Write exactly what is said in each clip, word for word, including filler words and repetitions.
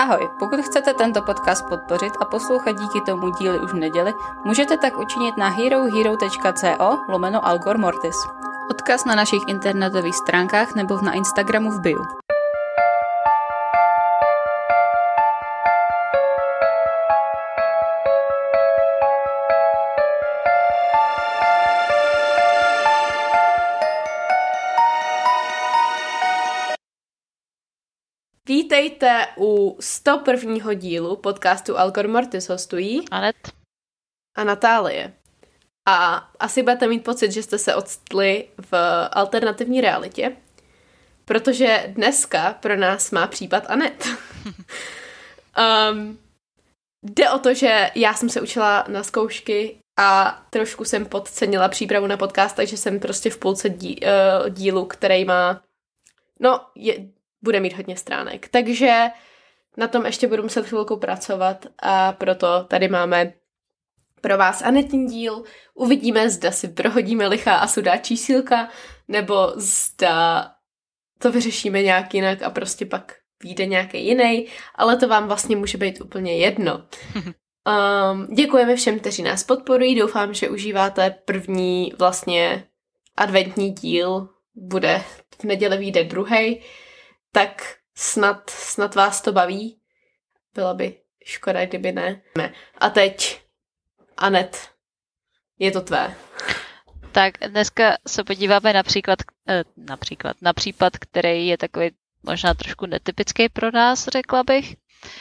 Ahoj, pokud chcete tento podcast podpořit a poslouchat díky tomu díly už v neděli, můžete tak učinit na herohero.co lomeno Algor Mortis. Odkaz na našich internetových stránkách nebo na Instagramu v bio. Vítejte u sto prvního dílu podcastu Algor Mortis. Hostují Anet a Natálie. A asi budete mít pocit, že jste se odstli v alternativní realitě, protože dneska pro nás má případ Anet. um, jde o to, že já jsem se učila na zkoušky a trošku jsem podcenila přípravu na podcast, takže jsem prostě v půlce dí, uh, dílu, který má, no, je, bude mít hodně stránek. Takže na tom ještě budu muset chvilku pracovat a proto tady máme pro vás Anetin díl. Uvidíme, zda si prohodíme lichá a sudá čísílka, nebo zda to vyřešíme nějak jinak a prostě pak vyjde nějaký jiný, ale to vám vlastně může být úplně jedno. Um, děkujeme všem, kteří nás podporují, doufám, že užíváte první vlastně adventní díl, bude v neděli vyjde druhej, tak snad, snad vás to baví. Byla by škoda, kdyby ne. A teď, Anet, je to tvé. Tak dneska se podíváme například, eh, například na případ, který je takový možná trošku netypický pro nás, řekla bych.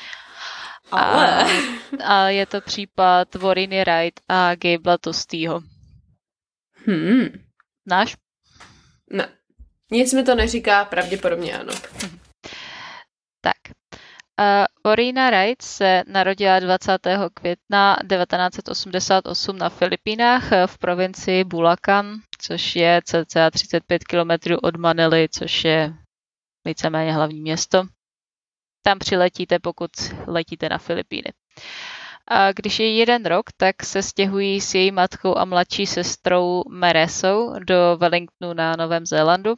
Ale. A, a je to případ Warreny Wright a Gablea Tostýho. Hmm. Náš? Ne. Nic mi to neříká, pravděpodobně ano. Tak. Uh, Warrena Wright se narodila dvacátého května devatenáct osmdesát osm na Filipínách v provincii Bulacan, což je cca třicet pět kilometrů od Manily, což je víceméně hlavní město. Tam přiletíte, pokud letíte na Filipíny. A když je jeden rok, tak se stěhují s její matkou a mladší sestrou Meresou do Wellingtonu na Novém Zélandu.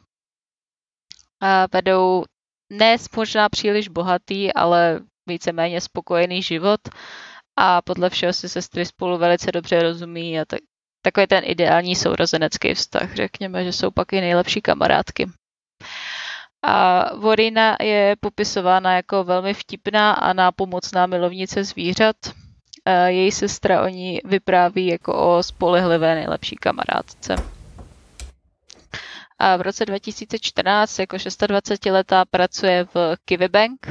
A vedou ne možná příliš bohatý, ale víceméně spokojený život a podle všeho si sestry spolu velice dobře rozumí a tak, takový ten ideální sourozenecký vztah, řekněme, že jsou pak i nejlepší kamarádky. A Warrena je popisována jako velmi vtipná a nápomocná milovnice zvířat. A její sestra o ní vypráví jako o spolehlivé nejlepší kamarádce. A v roce dva tisíce čtrnáct jako dvacetišestiletá pracuje v Kiwibank.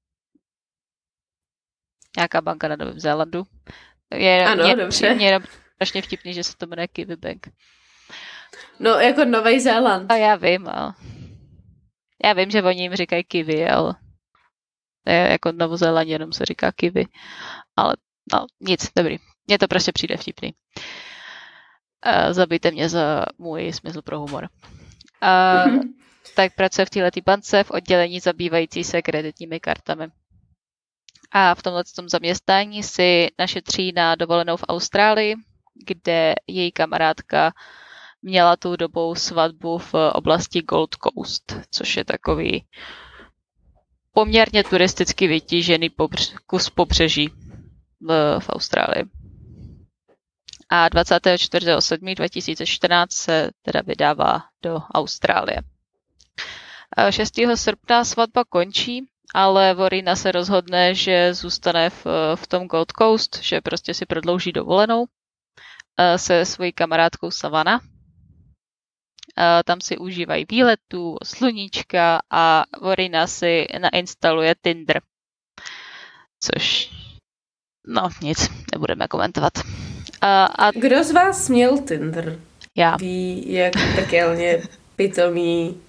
Nějaká banka na Novém Zélandu. Je, ano, mě, dobře. Mě je strašně vtipný, že se to jmenuje Kiwibank. No, jako Nový Zéland. A já vím, ale... Já vím, že oni jim říkají kiwi, ale... Jako Novozélandě jenom se říká kiwi. Ale no, nic, dobrý. Mně to prostě přijde vtipný. Uh, zabijte mě za můj smysl pro humor. Uh, mm-hmm. Tak pracuje v této bance v oddělení zabývající se kreditními kartami. A v tomhle zaměstnání si našetří na dovolenou v Austrálii, kde její kamarádka měla tou dobou svatbu v oblasti Gold Coast, což je takový poměrně turisticky vytížený pobř- kus pobřeží v, v Austrálii. A dvacátého čtvrtého sedmého dva tisíce čtrnáct se teda vydává do Austrálie. šestého srpna svatba končí, ale Warrena se rozhodne, že zůstane v, v tom Gold Coast, že prostě si prodlouží dovolenou se svojí kamarádkou Savannah. Tam si užívají výletů, sluníčka a Warrena si nainstaluje Tinder. Což, no nic, nebudeme komentovat. A, a... Kdo z vás měl Tinder? Já. Ví, jak pekelně pitomý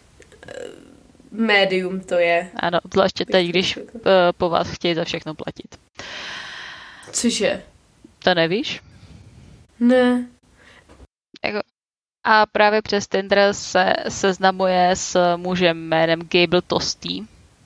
médium to je. Ano, zvláště teď, když uh, po vás chtějí za všechno platit. Cože? To nevíš? Ne. Jako, a právě přes Tinder se seznamuje s mužem jménem Gablea Tostý.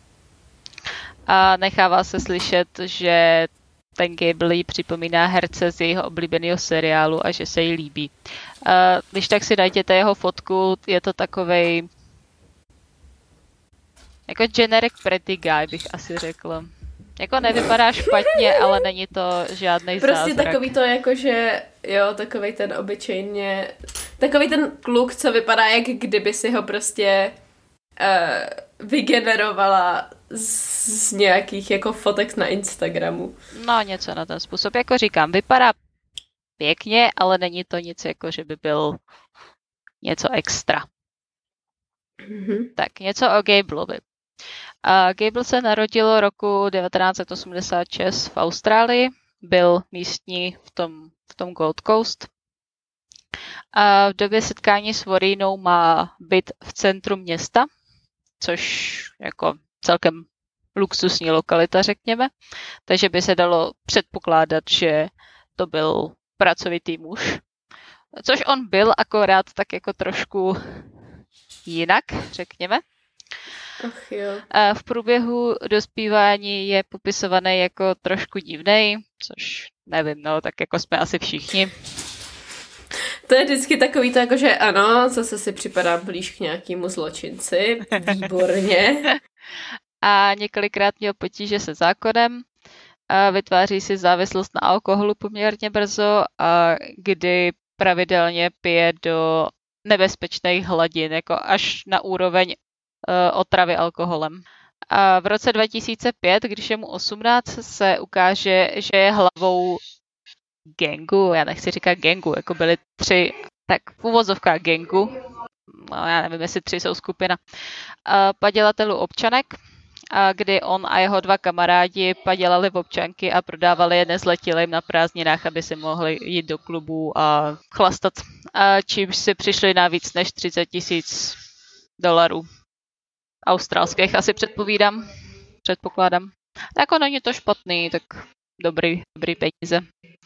A nechává se slyšet, že ten Gable jí připomíná herce z jejího oblíbeného seriálu a že se jí líbí. Uh, když tak si najděte jeho fotku, je to takovej jako generic pretty guy, bych asi řekla. Jako nevypadá špatně, ale není to žádný prostě zázrak. Prostě takový to jako, že jo, takovej ten obyčejně, takový ten kluk, co vypadá, jak kdyby si ho prostě uh, vygenerovala z, z nějakých jako fotek na Instagramu. No, něco na ten způsob. Jako říkám, vypadá pěkně, ale není to nic jako, že by byl něco extra. Mm-hmm. Tak, něco o Gableovi. Uh, Gable se narodil roku devatenáct set osmdesát šest v Austrálii, byl místní v tom, v tom Gold Coast. A v době setkání s Vorínou má byt v centru města, což jako celkem luxusní lokalita, řekněme. Takže by se dalo předpokládat, že to byl pracovitý muž. Což on byl, akorát tak jako trošku jinak, řekněme. Ach jo. A v průběhu dospívání je popisovaný jako trošku divnej, což nevím, no, tak jako jsme asi všichni. To je vždycky takový to jako, že ano, zase si připadám blíž k nějakému zločinci. Výborně. A několikrát měl potíže se zákonem. A vytváří si závislost na alkoholu poměrně brzo, a kdy pravidelně pije do nebezpečných hladin, jako až na úroveň uh, otravy alkoholem. A v roce dva tisíce pět, když je mu osmnáct, se ukáže, že je hlavou gangu, já nechci říkat gangu, jako byly tři, tak v uvozovkách gangu, no já nevím, jestli tři jsou skupina, uh, padělatelů občanek, a kdy on a jeho dva kamarádi padělali občanky a prodávali je nezletilým na prázdninách, aby si mohli jít do klubu a chlastat. A čímž si přišli na víc než třicet tisíc dolarů australských, asi předpovídám, předpokládám. Jako není to špatný, tak dobrý, dobrý peníze.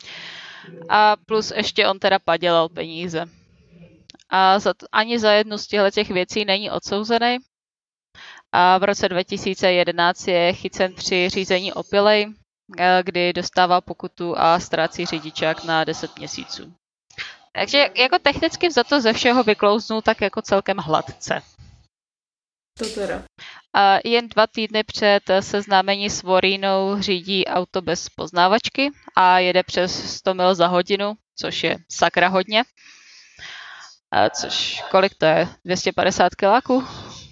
A plus ještě on teda padělal peníze. A za t- ani za jednu z těch věcí není odsouzený. A v roce dva tisíce jedenáct je chycen při řízení opilej, kdy dostává pokutu a ztrácí řidičák na deset měsíců. Takže jako technicky vzato ze všeho vyklouznul tak jako celkem hladce. To teda. A jen dva týdny před seznámení s Vorínou řídí auto bez poznávačky a jede přes sto mil za hodinu, což je sakra hodně. A což, kolik to je? dvě stě padesát kiláků?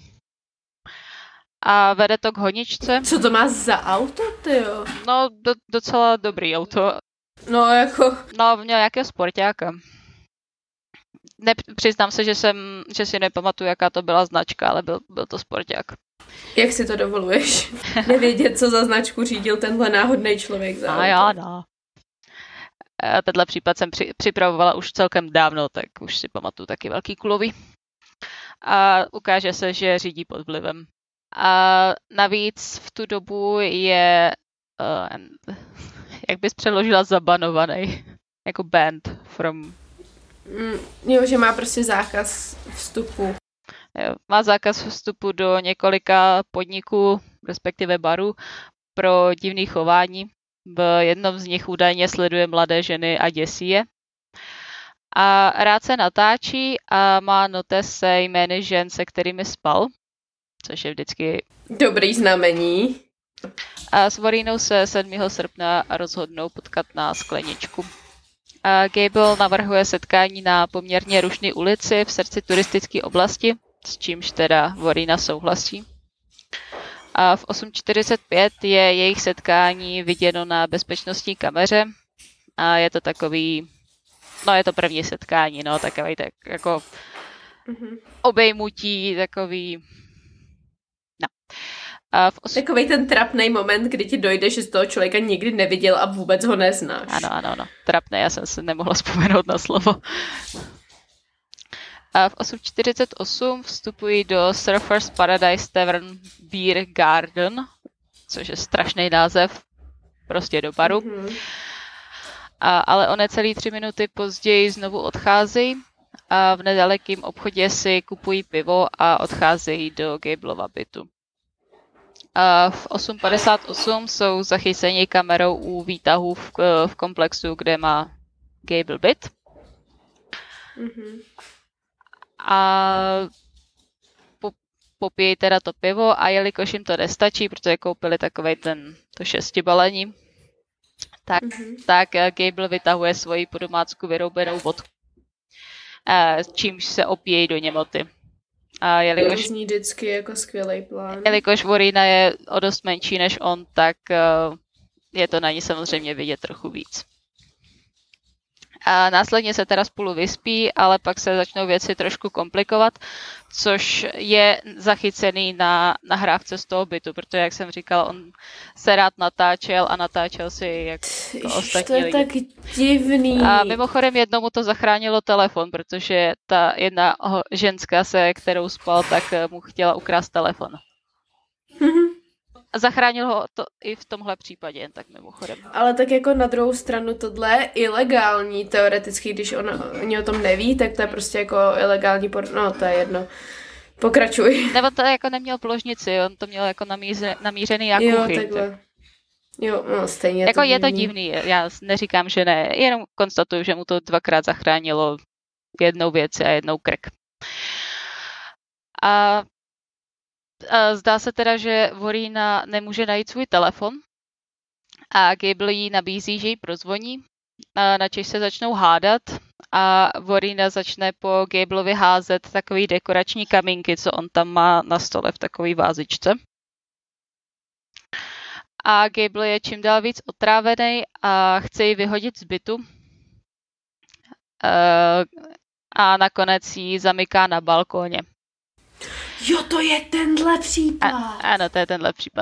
A vede to k honičce. Co to má za auto, tyjo? No, do, docela dobrý auto. No, jako... No, měl nějakého sportáka. Ne, přiznám se, že jsem, že si nepamatuju, jaká to byla značka, ale byl, byl to sporták. Jak si to dovoluješ? Nevědět, co za značku řídil tenhle náhodný člověk za auto. A já, no. A tenhle případ jsem při, připravovala už celkem dávno, tak už si pamatuju taky velký kulový. A ukáže se, že řídí pod vlivem. A navíc v tu dobu je, uh, jak bys přeložila, zabanovaný, jako banned from... Mm, jo, že má prostě zákaz vstupu. Jo, má zákaz vstupu do několika podniků, respektive barů, pro divné chování. V jednom z nich údajně sleduje mladé ženy a děsí je. A rád se natáčí a má notese jmény žen, se kterými spal, což je vždycky dobrý znamení. A s Vorínou se sedmého srpna rozhodnou potkat na skleničku. A Gable navrhuje setkání na poměrně rušné ulici v srdci turistické oblasti, s čímž teda Vorína souhlasí. A v osm čtyřicet pět je jejich setkání viděno na bezpečnostní kameře a je to takový, no je to první setkání, no takový tak jako mm-hmm. obejmutí, takový, no. A v osm... Takovej ten trapnej moment, kdy ti dojde, že z toho člověka nikdy neviděl a vůbec ho neznáš. Ano, ano, ano. Trapnej, já jsem se nemohla vzpomenout na slovo. A v osm čtyřicet osm vstupují do Surfers Paradise Tavern Beer Garden, což je strašný název, prostě do baru. Mm-hmm. A, ale o necelý tři minuty později znovu odcházejí a v nedalekém obchodě si kupují pivo a odcházejí do Gablova bytu. A v osm padesát osm jsou zachyceni kamerou u výtahů v, v komplexu, kde má Gable byt. Mm-hmm. A po, popíjí teda to pivo a jelikož jim to nestačí, protože koupili takovej ten, to šestibalení, tak, mm-hmm. tak Gable vytahuje svoji po domácku vyroubenou vodku, čímž se opíjí do němoty. A jelikož, to zní vždycky jako skvělý plán. Jelikož Warrena je o dost menší než on, tak je to na ní samozřejmě vidět trochu víc. A následně se teda spolu vyspí, ale pak se začnou věci trošku komplikovat, což je zachycený na nahrávce z toho bytu, protože, jak jsem říkala, on se rád natáčel a natáčel si jak to ostatní to je lidi. tak divný. A mimochodem jednomu to zachránilo telefon, protože ta jedna ženská, se kterou spal, tak mu chtěla ukrást telefon. A zachránil ho to i v tomhle případě, jen tak mimochodem. Ale tak jako na druhou stranu tohle je ilegální teoreticky, když on, oni o tom neví, tak to je prostě jako ilegální por... No, to je jedno. Pokračuj. Nebo to jako neměl v ložnici, on to měl jako namíře, namířený jak jo, kuchyň. Takhle. Tak. Jo, no stejně jako to je divný. to divný, já neříkám, že ne, jenom konstatuju, že mu to dvakrát zachránilo jednou věci a jednou krk. A zdá se teda, že Warrena nemůže najít svůj telefon a Gable jí nabízí, že jí prozvoní, načež se začnou hádat a Warrena začne po Gableovi házet takový dekorační kamínky, co on tam má na stole v takové vázičce. A Gable je čím dál víc otrávený a chce ji vyhodit z bytu. A nakonec ji zamyká na balkóně. Jo, to je tenhle případ. A, ano, to je tenhle případ.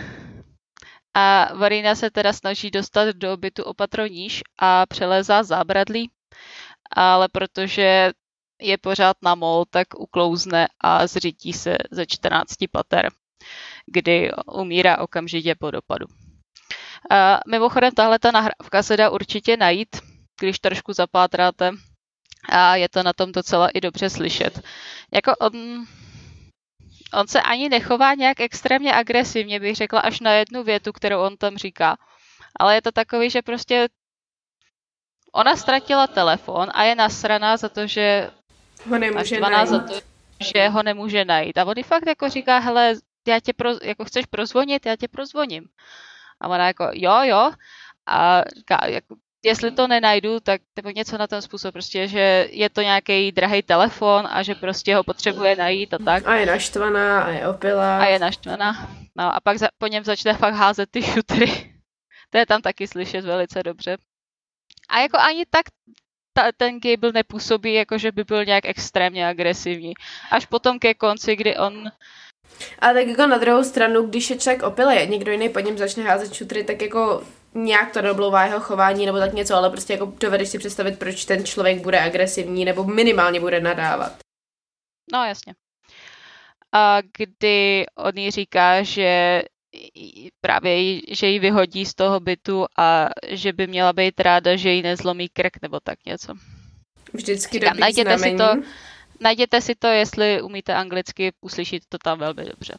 A Warrena se teda snaží dostat do bytu o patro níž a přelézá zábradlí, ale protože je pořád na mol, tak uklouzne a zřítí se ze čtrnácti pater, kdy umírá okamžitě po dopadu. A mimochodem, tahle ta nahrávka se dá určitě najít, když trošku zapátráte a je to na tom docela i dobře slyšet. Jako on... On se ani nechová nějak extrémně agresivně, bych řekla, až na jednu větu, kterou on tam říká. Ale je to takový, že prostě ona ztratila telefon a je nasraná za to, že ho nemůže najít. za to, že ho nemůže najít. A on fakt jako říká, hele, já tě pro, jako chceš prozvonit, já tě prozvoním. A ona jako, jo, jo. A říká, jako, jestli to nenajdu, tak nebo něco na ten způsob, prostě, že je to nějaký drahý telefon a že prostě ho potřebuje najít a tak. A je naštvaná a je opilá. A je naštvaná. No a pak za, po něm začne fakt házet ty šutry. To je tam taky slyšet velice dobře. A jako ani tak ta, ten Gable nepůsobí, jako že by byl nějak extrémně agresivní. Až potom ke konci, kdy on... A tak jako na druhou stranu, když je člověk opilý, někdo jiný pod něm začne házet šutry, tak jako nějak to doblouvá jeho chování nebo tak něco, ale prostě jako dovedeš si představit, proč ten člověk bude agresivní nebo minimálně bude nadávat. No jasně. A kdy on jí říká, že právě, že ji vyhodí z toho bytu a že by měla být ráda, že jí nezlomí krk nebo tak něco. Vždycky Říkám, dobrý najděte znamení. si to, najděte si to, jestli umíte anglicky, uslyšíte to tam velmi dobře.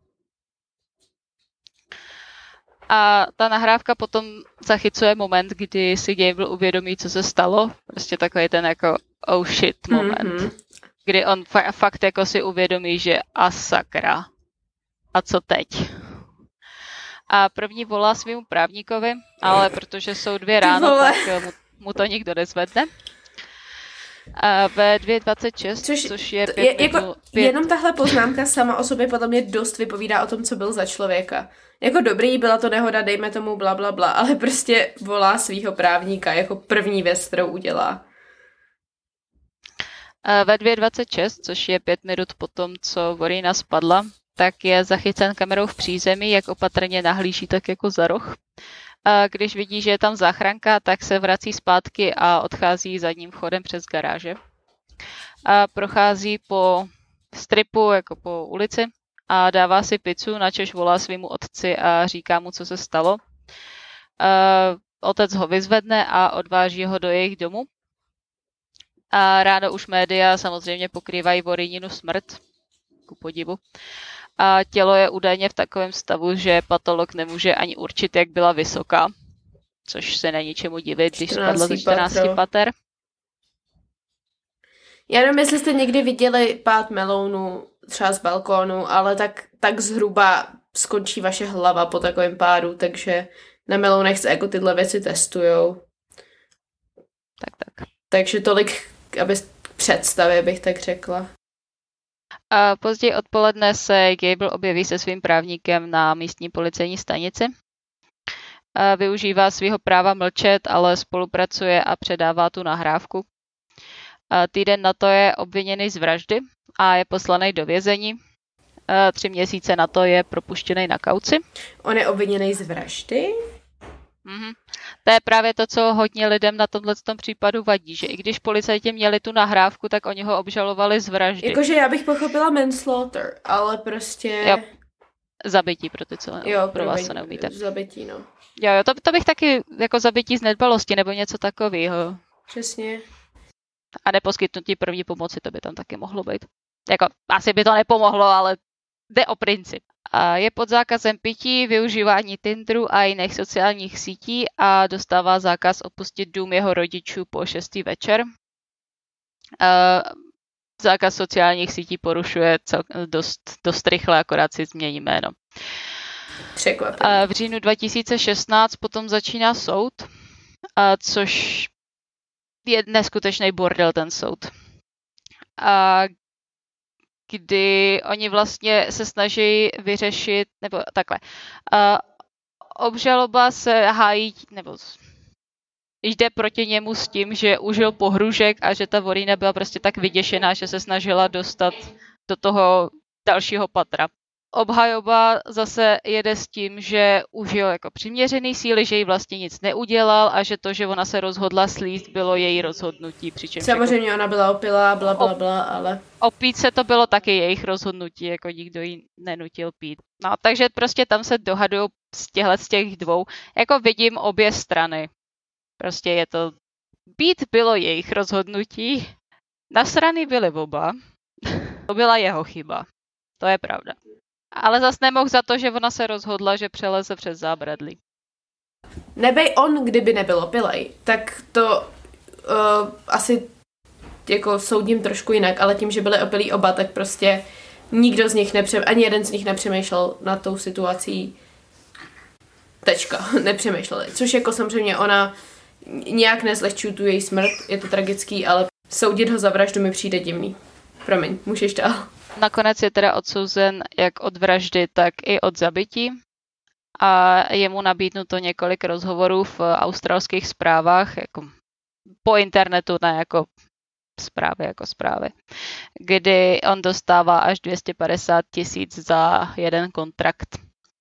A ta nahrávka potom zachycuje moment, kdy si Gable uvědomí, co se stalo. Prostě takový ten jako oh shit moment. Mm-hmm. Kdy on fa- fakt jako si uvědomí, že a sakra. A co teď? A první volá svýmu právníkovi, ale protože jsou dvě ráno, tak mu, mu to nikdo nezvedne. A ve dvě dvacet šest, což, což je pět je, jako, minut, pět... Jenom tahle poznámka sama o sobě podle mě dost vypovídá o tom, co byl za člověka. Jako dobrý, byla to nehoda, dejme tomu bla bla bla, ale prostě volá svýho právníka jako první věc, kterou udělá. A ve dvě dvacet šest, což je pět minut potom, co Warrena spadla, tak je zachycen kamerou v přízemí, jak opatrně nahlíží tak jako za roh. A když vidí, že je tam záchranka, tak se vrací zpátky a odchází zadním vchodem přes garáže. A prochází po stripu, jako po ulici, a dává si pizzu, načež volá svýmu otci a říká mu, co se stalo. A otec ho vyzvedne a odváží ho do jejich domu. A ráno už média samozřejmě pokrývají Warreninu smrt, ku podivu. A tělo je údajně v takovém stavu, že patolog nemůže ani určit, jak byla vysoká, což se není čemu divit, když spadla ze čtrnácti pater. Já nevím, jestli jste někdy viděli pád melounu třeba z balkónu, ale tak, tak zhruba skončí vaše hlava po takovém pádu, takže na melounech se jako tyhle věci testujou. Tak, tak. Takže tolik, aby k představě bych tak řekla. A později odpoledne se Gable objeví se svým právníkem na místní policejní stanici. A využívá svého práva mlčet, ale spolupracuje a předává tu nahrávku. A týden na to je obviněný z vraždy a je poslaný do vězení. A tři měsíce na to je propuštěný na kauci. On je obviněný z vraždy? Mhm. To je právě to, co hodně lidem na tomhle případu vadí, že i když policajti měli tu nahrávku, tak oni ho obžalovali z vraždy. Jakože já bych pochopila manslaughter, ale prostě... Jo. Zabití pro ty, co jo, pro promiň, vás to neumíte. Zabití, no. Jo, jo, to, to bych taky jako zabití z nedbalosti nebo něco takového. Přesně. A neposkytnutí první pomoci, to by tam taky mohlo být. Jako, asi by to nepomohlo, ale jde o princip. A je pod zákazem pití, využívání Tinderu a jiných sociálních sítí a dostává zákaz opustit dům jeho rodičů po šestý večer. A zákaz sociálních sítí porušuje cel, dost, dost rychle, akorát si změní jméno. Překvapení. V říjnu dva tisíce šestnáct potom začíná soud, a což je neskutečný bordel ten soud. A kdy oni vlastně se snaží vyřešit, nebo takhle, a obžaloba se hájí, nebo jde proti němu s tím, že užil pohružek a že ta Vorina byla prostě tak vyděšená, že se snažila dostat do toho dalšího patra. Obhajoba zase jede s tím, že užil jako přiměřený síly, že jí vlastně nic neudělal a že to, že ona se rozhodla slízt, bylo její rozhodnutí. Přičemž samozřejmě jako... ona byla opilá, bla, bla, bla, ale... Opít se to bylo taky jejich rozhodnutí, jako nikdo jí nenutil pít. No, takže prostě tam se dohadují z těchhle z těch dvou. Jako vidím obě strany. Prostě je to... Pít bylo jejich rozhodnutí, nasraný byly oba. To byla jeho chyba. To je pravda. Ale zas nemohl za to, že ona se rozhodla, že přeleze přes zábradlí. Nebej on, kdyby nebyl opilej, tak to uh, asi jako soudím trošku jinak, ale tím, že byli opilí oba, tak prostě nikdo z nich nepřemýšlel, ani jeden z nich nepřemýšlel nad tou situací. Tečka, nepřemýšleli. Což jako samozřejmě ona nějak nezlehčuje tu její smrt, je to tragický, ale soudit ho za vraždu mi přijde divný. Promiň, můžeš dál. Nakonec je teda odsouzen jak od vraždy, tak i od zabití a je mu nabídnuto několik rozhovorů v australských zprávách, jako po internetu, ne jako zprávy, jako zprávy, kdy on dostává až dvě stě padesát tisíc za jeden kontrakt.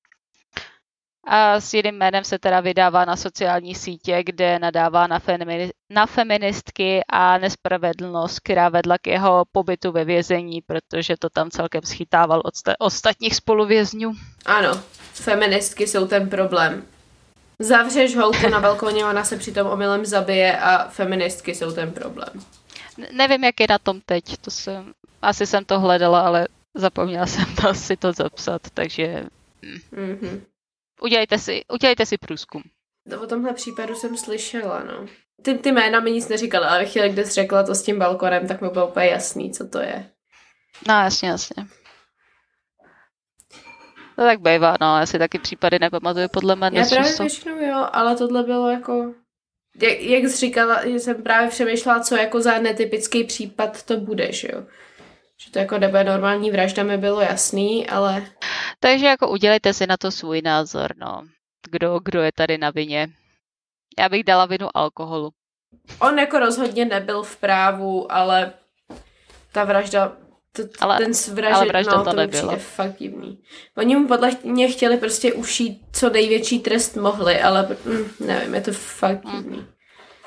A s jiným jménem se teda vydává na sociální sítě, kde nadává na, femini- na feministky a nespravedlnost, která vedla k jeho pobytu ve vězení, protože to tam celkem schytával od sta- ostatních spoluvězňů. Ano, feministky jsou ten problém. Zavřeš holku na balkoně, ona se přitom omylem zabije a feministky jsou ten problém. N- nevím, jak je na tom teď, to jsem, asi jsem to hledala, ale zapomněla jsem to, si to zapsat, takže... Mhm. Udělejte si, udělejte si průzkum. To o tomhle případu jsem slyšela, no. Ty, ty jména mi nic neříkala, ale ve chvíli, kdy jsi řekla to s tím balkonem, tak mi bylo úplně jasný, co to je. No, jasně, jasně. To tak bývá, no, já si taky případy nepamatuju podle mě. Já právě většinou jo, ale tohle bylo jako... Jak, jak jsi říkala, že jsem právě přemýšlela, co jako za netypický případ to bude, že jo. Že to jako nebude normální vražda, mi bylo jasný, ale... Takže jako udělejte si na to svůj názor, no. Kdo, kdo je tady na vině. Já bych dala vinu alkoholu. On jako rozhodně nebyl v právu, ale ta vražda, t- ale, ten svražet, ale vražda no, to, to mi nebylo. přijde fakt divný. Oni mu podle mě chtěli prostě ušít co největší trest mohli, ale mm, nevím, je to fakt divný. Mm.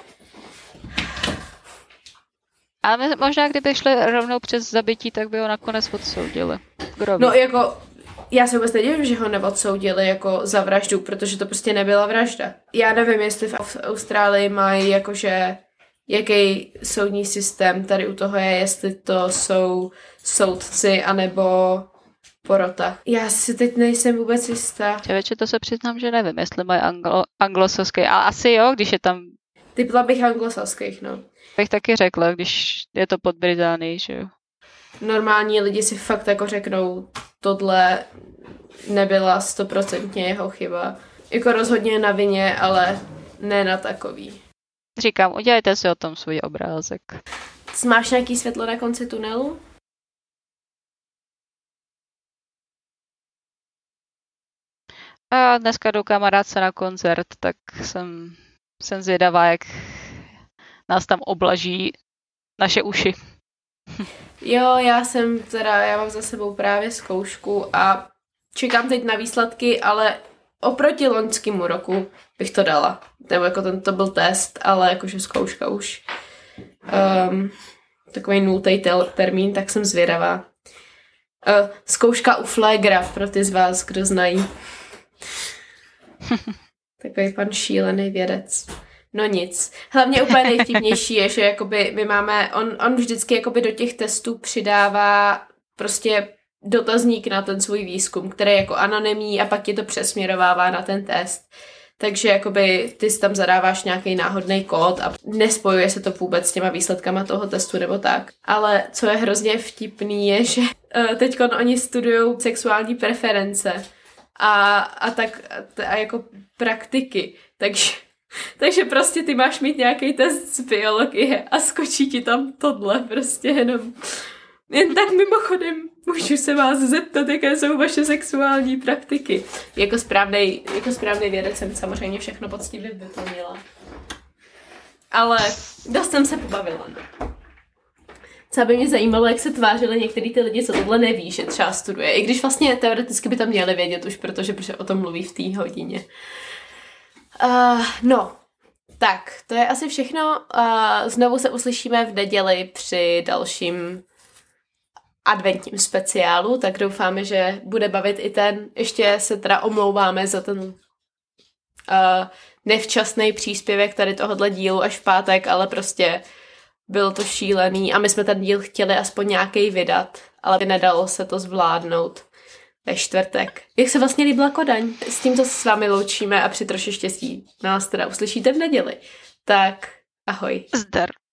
Ale možná, kdyby šli rovnou přes zabití, tak by ho nakonec odsoudili. Kdo No jako, já se vůbec nedivím, že ho neodsoudili jako za vraždu, protože to prostě nebyla vražda. Já nevím, jestli v Austrálii mají jakože, jaký soudní systém tady u toho je, jestli to jsou soudci, anebo porota. Já si teď nejsem vůbec jistá. Čeveče, to se přiznám, že nevím, jestli mají anglo, anglosaský, ale asi jo, když je tam... Typla bych anglosaských, no. Bych taky řekla, když je to pod Británii, že jo. normální lidi si fakt jako řeknou, tohle nebyla stoprocentně jeho chyba. Jako rozhodně na vině, ale ne na takový. Říkám, udělejte si o tom svůj obrázek. Máš nějaký světlo na konci tunelu? A dneska jdu kamarádce na koncert, tak jsem, jsem zvědavá, jak nás tam oblaží naše uši. Jo, já jsem teda, já mám za sebou právě zkoušku a čekám teď na výsledky, ale oproti loňskému roku bych to dala. Nebo jako ten, to byl test, ale jakože zkouška už. Um, takový nultý termín, tak jsem zvědavá. Uh, zkouška u Flegra, pro ty z vás, kdo znají. Takový pan šílený vědec. No nic. Hlavně úplně nejvtipnější je, že jakoby my máme, on, on vždycky jakoby do těch testů přidává prostě dotazník na ten svůj výzkum, který je jako anonymní a pak ti to přesměrovává na ten test. Takže jakoby ty si tam zadáváš nějaký náhodný kód a nespojuje se to vůbec s těma výsledkama toho testu nebo tak. Ale co je hrozně vtipný je, že teď oni studujou sexuální preference a, a tak a jako praktiky. Takže Takže prostě ty máš mít nějaký test z biologie a skočí ti tam tohle prostě jenom. Jen tak mimochodem můžu se vás zeptat, jaké jsou vaše sexuální praktiky. Jako správnej, jako správnej vědec jsem samozřejmě všechno poctivě vyplnila. Ale dost jsem se pobavila. No. Co by mě zajímalo, jak se tvářili některý ty lidi, co tohle neví, že třeba studuje. I když vlastně teoreticky by to měli vědět už, protože, protože o tom mluví v té hodině. Uh, no, tak, to je asi všechno. Uh, znovu se uslyšíme v neděli při dalším adventním speciálu, tak doufáme, že bude bavit i ten. Ještě se teda omlouváme za ten uh, nevčasný příspěvek tady tohohle dílu až v pátek, ale prostě bylo to šílený a my jsme ten díl chtěli aspoň nějaký vydat, ale nedalo se to zvládnout ve čtvrtek. Jak se vlastně líbila Kodaň? S tímto se s vámi loučíme a při troši štěstí nás teda uslyšíte v neděli. Tak ahoj. Zdar.